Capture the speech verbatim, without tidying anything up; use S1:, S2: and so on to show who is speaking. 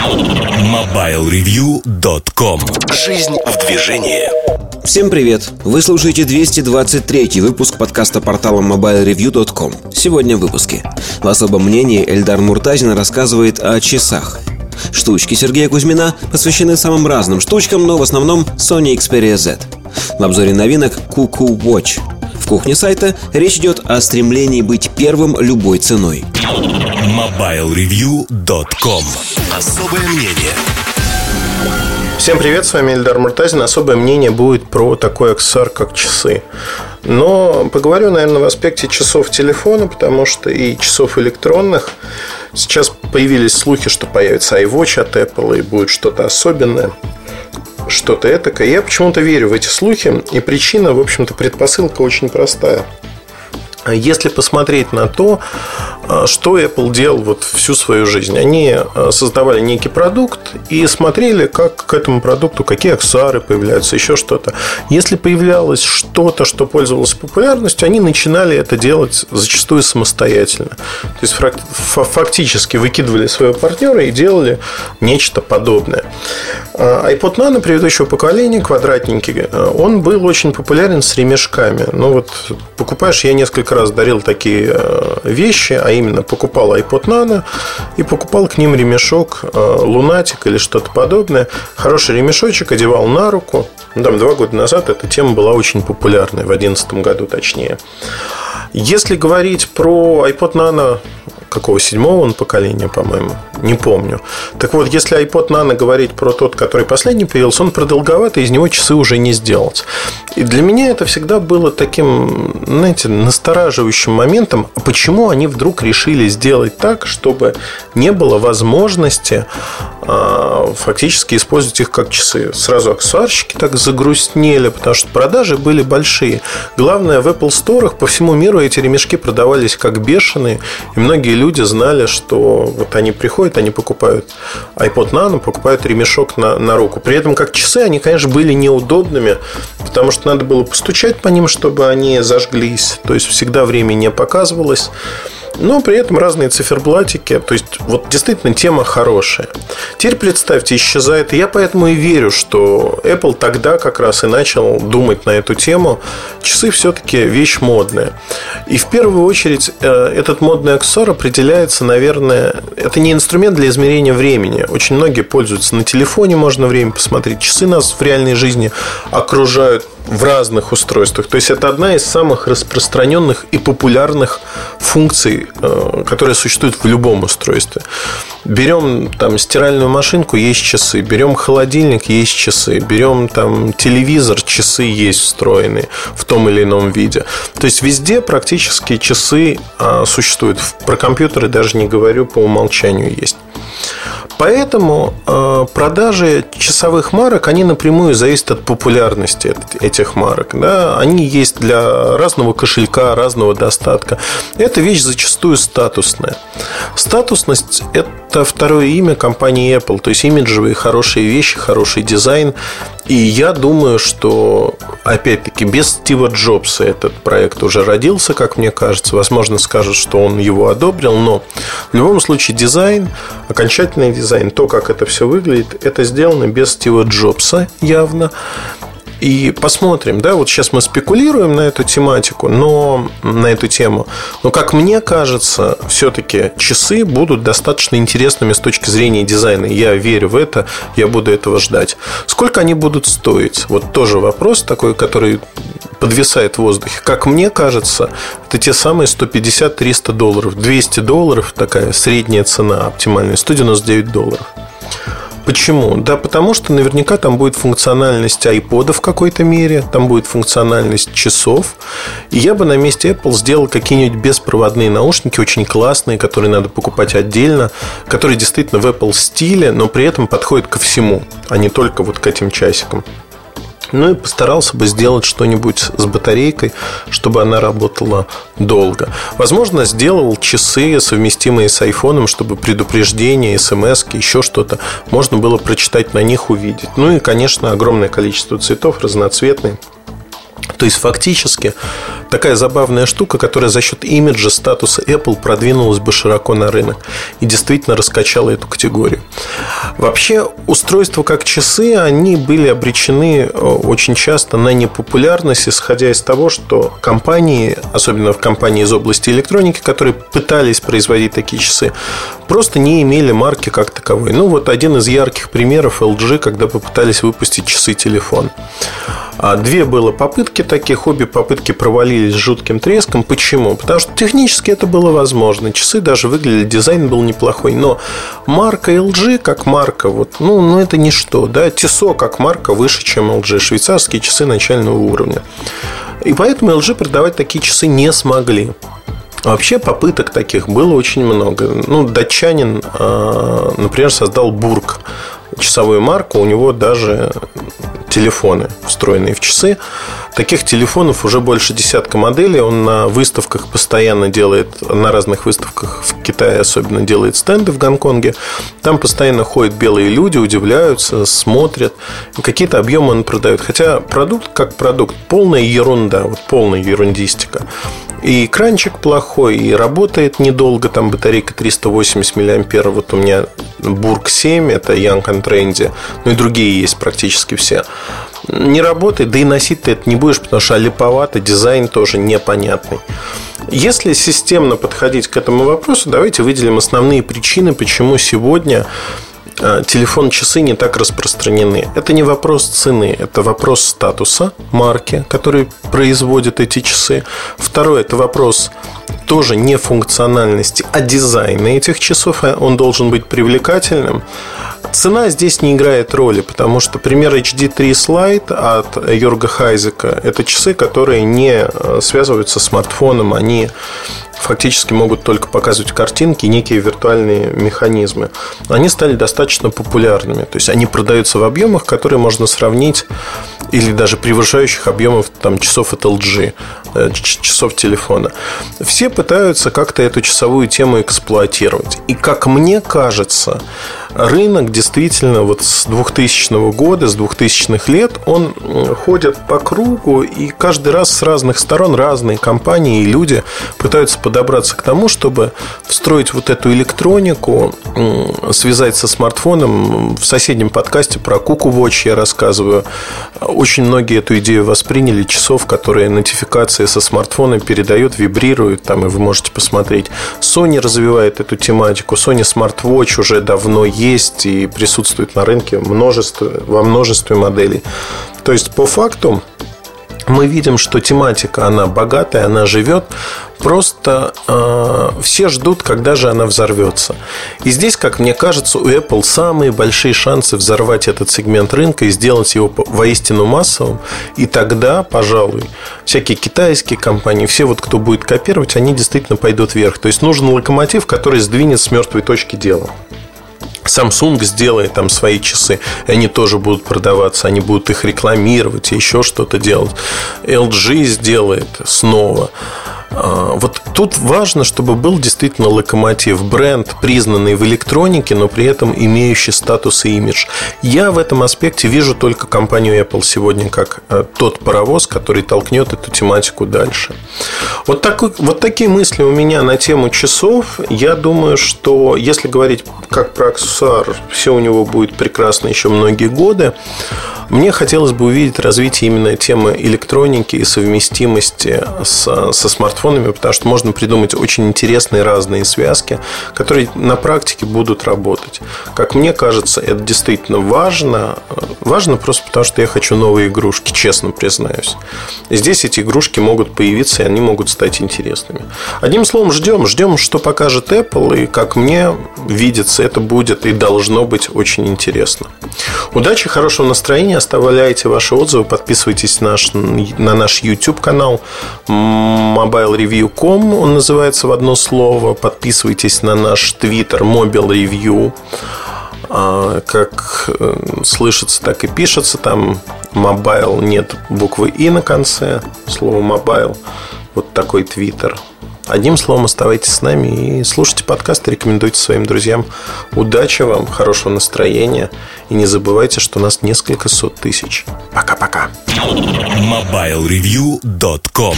S1: мобайл ревью точка ком. Жизнь в движении.
S2: Всем привет! Вы слушаете двести двадцать третий выпуск подкаста портала мобайл ревью точка ком. Сегодня в выпуске. В особом мнении Эльдар Муртазин рассказывает о часах. Штучки Сергея Кузьмина посвящены самым разным штучкам, но в основном Sony Xperia Z. В обзоре новинок Cuckoo Watch. В кухне сайта речь идет о стремлении быть первым любой ценой.
S1: мобайл ревью точка ком. Особое мнение.
S3: Всем привет, с вами Эльдар Муртазин. Особое мнение будет про такой аксессуар, как часы. Но поговорю, наверное, в аспекте часов телефона, потому что и часов электронных. Сейчас появились слухи, что появится iWatch от Apple и будет что-то особенное, что-то этакое. Я почему-то верю в эти слухи, и причина, в общем-то, предпосылка очень простая. Если посмотреть на то, что Apple делал вот всю свою жизнь, они создавали некий продукт и смотрели, как к этому продукту, какие аксессуары появляются, еще что-то. Если появлялось что-то, что пользовалось популярностью, они начинали это делать зачастую самостоятельно. То есть фактически выкидывали своего партнера и делали нечто подобное. iPod Nano предыдущего поколения, квадратненький, он был очень популярен с ремешками. Ну вот покупаешь, я несколько раз дарил такие вещи, а именно покупал iPod Nano и покупал к ним ремешок Lunatic или что-то подобное. Хороший ремешочек, одевал на руку. Там два года назад эта тема была очень популярной, в две тысячи одиннадцатом году точнее. Если говорить про iPod Nano какого, седьмого он поколения, по-моему, не помню. Так вот, если iPod Nano говорить про тот, который последний появился, он продолговатый, из него часы уже не сделать. И для меня это всегда было таким, знаете, настораживающим моментом, почему они вдруг решили сделать так, чтобы не было возможности а, фактически использовать их как часы. Сразу аксессуарщики так загрустнели, потому что продажи были большие. Главное, в Apple Store по всему миру эти ремешки продавались как бешеные, и многие люди знали, что вот они приходят, они покупают iPod Nano, покупают ремешок на, на руку. При этом как часы они, конечно, были неудобными, потому что надо было постучать по ним, чтобы они зажглись. То есть всегда время не показывалось. Но при этом разные циферблатики. То есть вот действительно тема хорошая. Теперь представьте, исчезает. И я поэтому и верю, что Apple тогда как раз и начал думать на эту тему. Часы все-таки вещь модная. И в первую очередь этот модный аксессуар определяется, наверное, это не инструмент для измерения времени. Очень многие пользуются на телефоне, можно время посмотреть. Часы нас в реальной жизни окружают в разных устройствах. То есть это одна из самых распространенных и популярных функций, которые существуют в любом устройстве. Берем там стиральную машинку, есть часы. Берем холодильник, есть часы. Берем там телевизор, часы есть встроенные в том или ином виде. То есть везде практически часы а, существуют. Про компьютеры даже не говорю, по умолчанию есть. Поэтому э, продажи часовых марок, они напрямую зависят от популярности этих марок, да? Они есть для разного кошелька, разного достатка. Эта вещь зачастую статусная. Статусность – это второе имя компании Apple. То есть имиджевые хорошие вещи, хороший дизайн. И я думаю, что, опять-таки, без Стива Джобса этот проект уже родился, как мне кажется. Возможно, скажут, что он его одобрил. Но в любом случае дизайн, окончательный дизайн, то, как это все выглядит, это сделано без Стива Джобса явно. И посмотрим, да, вот сейчас мы спекулируем на эту тематику, но на эту тему. Но, как мне кажется, все-таки часы будут достаточно интересными с точки зрения дизайна. Я верю в это, я буду этого ждать. Сколько они будут стоить? Вот тоже вопрос такой, который подвисает в воздухе. Как мне кажется, это те самые сто пятьдесят - триста долларов. двести долларов такая средняя цена оптимальная, сто девяносто девять долларов. Почему? Да потому что наверняка там будет функциональность iPod в какой-то мере, там будет функциональность часов. И я бы на месте Apple сделал какие-нибудь беспроводные наушники, очень классные, которые надо покупать отдельно, которые действительно в Apple стиле, но при этом подходят ко всему, а не только вот к этим часикам. Ну и постарался бы сделать что-нибудь с батарейкой, чтобы она работала долго. Возможно, сделал часы, совместимые с айфоном, чтобы предупреждения, смс-ки, еще что-то можно было прочитать на них, увидеть. Ну и, конечно, огромное количество цветов, разноцветные. То есть, фактически, такая забавная штука, которая за счет имиджа, статуса Apple продвинулась бы широко на рынок и действительно раскачала эту категорию. Вообще, устройства как часы, они были обречены очень часто на непопулярность, исходя из того, что компании, особенно в компании из области электроники, которые пытались производить такие часы, просто не имели марки как таковой. Ну, вот один из ярких примеров эл джи, когда попытались выпустить часы-телефон. Две было попытки таких, обе попытки провалились с жутким треском. Почему? Потому что технически это было возможно. Часы даже выглядели, дизайн был неплохой. Но марка эл джи как марка, вот, ну, ну это ничто, да? Тисо как марка выше, чем эл джи. Швейцарские часы начального уровня. И поэтому эл джи продавать такие часы не смогли. Вообще попыток таких было очень много. Ну, датчанин, например, создал Бург, часовую марку. У него даже телефоны, встроенные в часы. Таких телефонов уже больше десятка моделей. Он на выставках постоянно делает, на разных выставках в Китае особенно делает стенды в Гонконге. Там постоянно ходят белые люди, удивляются, смотрят. Какие-то объемы он продает. Хотя продукт как продукт, полная ерунда, вот полная ерундистика. И экранчик плохой, и работает недолго. Там батарейка триста восемьдесят миллиампер. Вот у меня Бург семь, это Young and Trendy. Ну и другие есть практически все. Не работает, да и носить ты это не будешь, потому что липовато, дизайн тоже непонятный. Если системно подходить к этому вопросу, давайте выделим основные причины, почему сегодня телефон-часы не так распространены. Это не вопрос цены, это вопрос статуса марки, который производит эти часы. Второе, это вопрос тоже не функциональности, а дизайна этих часов. Он должен быть привлекательным. Цена здесь не играет роли, потому что пример эйч ди три Slide от Йорга Хайзека – это часы, которые не связываются с смартфоном, они фактически могут только показывать картинки и некие виртуальные механизмы. Они стали достаточно популярными. То есть они продаются в объемах, которые можно сравнить или даже превышающих объемов там, часов от эл джи, часов телефона. Все пытаются как-то эту часовую тему эксплуатировать. И как мне кажется, рынок действительно вот с двухтысячного года, с двухтысячных лет, он ходит по кругу, и каждый раз с разных сторон разные компании и люди пытаются подобраться к тому, чтобы встроить вот эту электронику, связать со смартфоном. В соседнем подкасте про Cuckoo Watch я рассказываю. Очень многие эту идею восприняли, часов, которые нотификации со смартфона передают, вибрируют, там, и вы можете посмотреть. Sony развивает эту тематику. Sony Smart Watch уже давно есть и присутствует на рынке множество, во множестве моделей. То есть, по факту, мы видим, что тематика, она богатая, она живет. Просто э, все ждут, когда же она взорвется. И здесь, как мне кажется, у Apple самые большие шансы взорвать этот сегмент рынка и сделать его воистину массовым. И тогда, пожалуй, всякие китайские компании, все вот, кто будет копировать, они действительно пойдут вверх. То есть нужен локомотив, который сдвинет с мертвой точки дело. Samsung сделает там свои часы, и они тоже будут продаваться, они будут их рекламировать и еще что-то делать. эл джи сделает снова. Вот тут важно, чтобы был действительно локомотив, бренд, признанный в электронике, но при этом имеющий статус и имидж. Я в этом аспекте вижу только компанию Apple сегодня как тот паровоз, который толкнет эту тематику дальше. Вот, такой, вот такие мысли у меня на тему часов. Я думаю, что если говорить как про аксессуар, все у него будет прекрасно еще многие годы. Мне хотелось бы увидеть развитие именно темы электроники и совместимости с, со смартфонами, потому что можно придумать очень интересные разные связки, которые на практике будут работать. Как мне кажется, это действительно важно. Важно просто потому, что я хочу новые игрушки, честно признаюсь. И здесь эти игрушки могут появиться, и они могут стать интересными. Одним словом, ждем, ждем, что покажет Apple, и как мне видится, это будет и должно быть очень интересно. Удачи, хорошего настроения. Оставляйте ваши отзывы, подписывайтесь на наш, на наш YouTube-канал мобайл ревью точка ком, он называется в одно слово. Подписывайтесь на наш Twitter Mobile Review. Как слышится, так и пишется. Там мобайл, нет буквы И на конце. Слово мобайл. Вот такой Twitter. Одним словом, оставайтесь с нами и слушайте подкасты, рекомендуйте своим друзьям. Удачи вам, хорошего настроения. И не забывайте, что у нас несколько сот тысяч. Пока-пока.
S1: мобайл ревью точка ком